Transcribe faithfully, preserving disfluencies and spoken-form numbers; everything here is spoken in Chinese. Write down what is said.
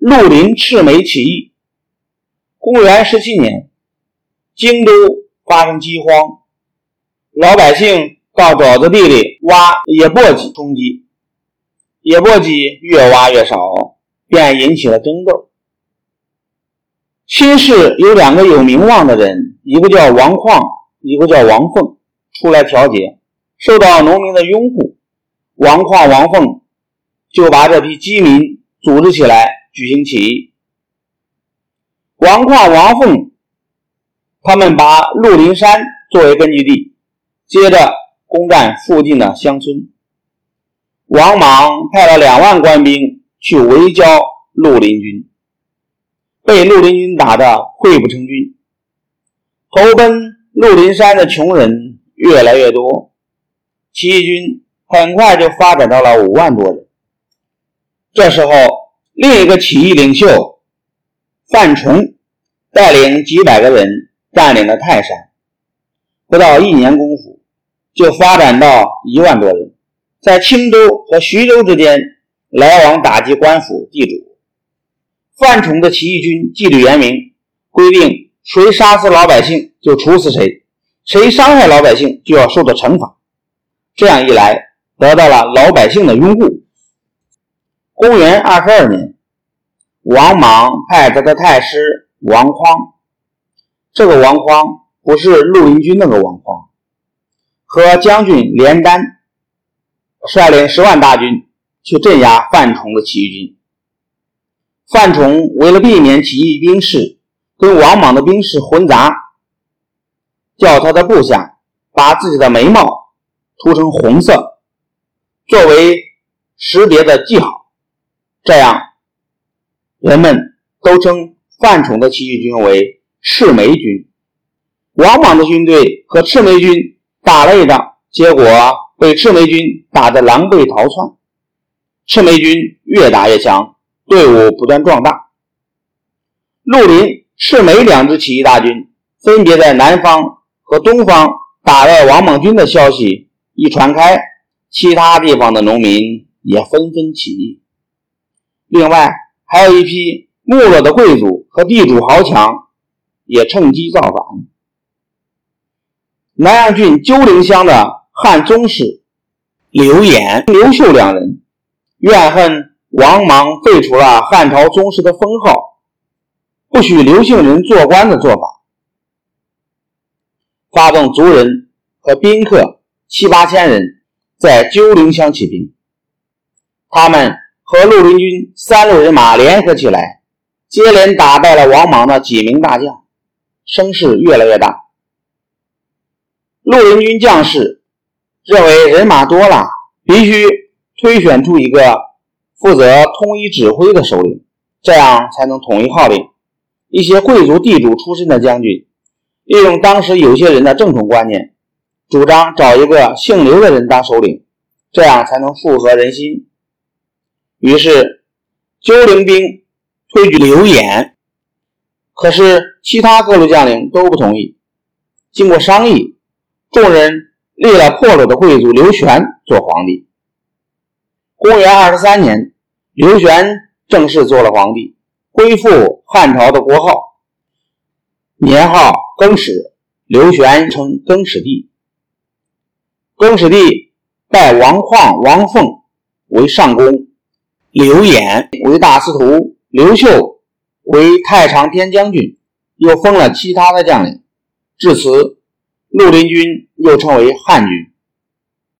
绿林赤眉起义。公元十七年，京都发生饥荒，老百姓到沼泽地里挖野簸箕充饥，野簸箕越挖越少，便引起了争斗。亲氏有两个有名望的人，一个叫王旷，一个叫王凤，出来调解，受到农民的拥护。王旷、王凤就把这批饥民组织起来举行起义。王旷、王凤他们把鹿林山作为根据地，接着攻占附近的乡村。王莽派了两万官兵去围剿绿林军，被绿林军打得溃不成军。投奔绿林山的穷人越来越多，起义军很快就发展到了五万多人。这时候，另一个起义领袖范崇带领几百个人占领了泰山，不到一年功夫就发展到一万多人，在青州和徐州之间来往打击官府地主。范崇的起义军纪律严明，规定谁杀死老百姓就处死谁，谁伤害老百姓就要受到惩罚。这样一来，得到了老百姓的拥护。公元二十二年，王莽派他的太师王匡，这个王匡不是绿林军那个王匡，和将军连丹率领十万大军去镇压范崇的起义军。范崇为了避免起义兵士跟王莽的兵士混杂，叫他的部下把自己的眉毛涂成红色，作为识别的记号，这样人们都称范崇的起义军为赤眉军。王莽的军队和赤眉军打了一仗，结果被赤眉军打得狼狈逃窜。赤眉军越打越强，队伍不断壮大。绿林、赤眉两支起义大军分别在南方和东方打败王莽军的消息一传开，其他地方的农民也纷纷起义。另外还有一批没落的贵族和地主豪强也趁机造反。南阳郡鸠陵乡的汉宗室刘演、刘秀两人怨恨王莽废除了汉朝宗室的封号，不许刘姓人做官的做法，发动族人和宾客七八千人在鸠陵乡起兵。他们和绿林军三路人马联合起来，接连打败了王莽的几名大将，声势越来越大。绿林军将士认为人马多了，必须推选出一个负责统一指挥的首领，这样才能统一号令。一些贵族地主出身的将军利用当时有些人的正统观念，主张找一个姓刘的人当首领，这样才能附和人心。于是鸠陵兵推举刘演，可是其他各路将领都不同意。经过商议，众人立了破落的贵族刘玄做皇帝。公元二十三年，刘玄正式做了皇帝，恢复汉朝的国号，年号更始，刘玄称更始帝。更始帝拜王旷、王凤为上公，刘演为大司徒，刘秀为太常偏将军，又封了其他的将领。至此，绿林军又称为汉军。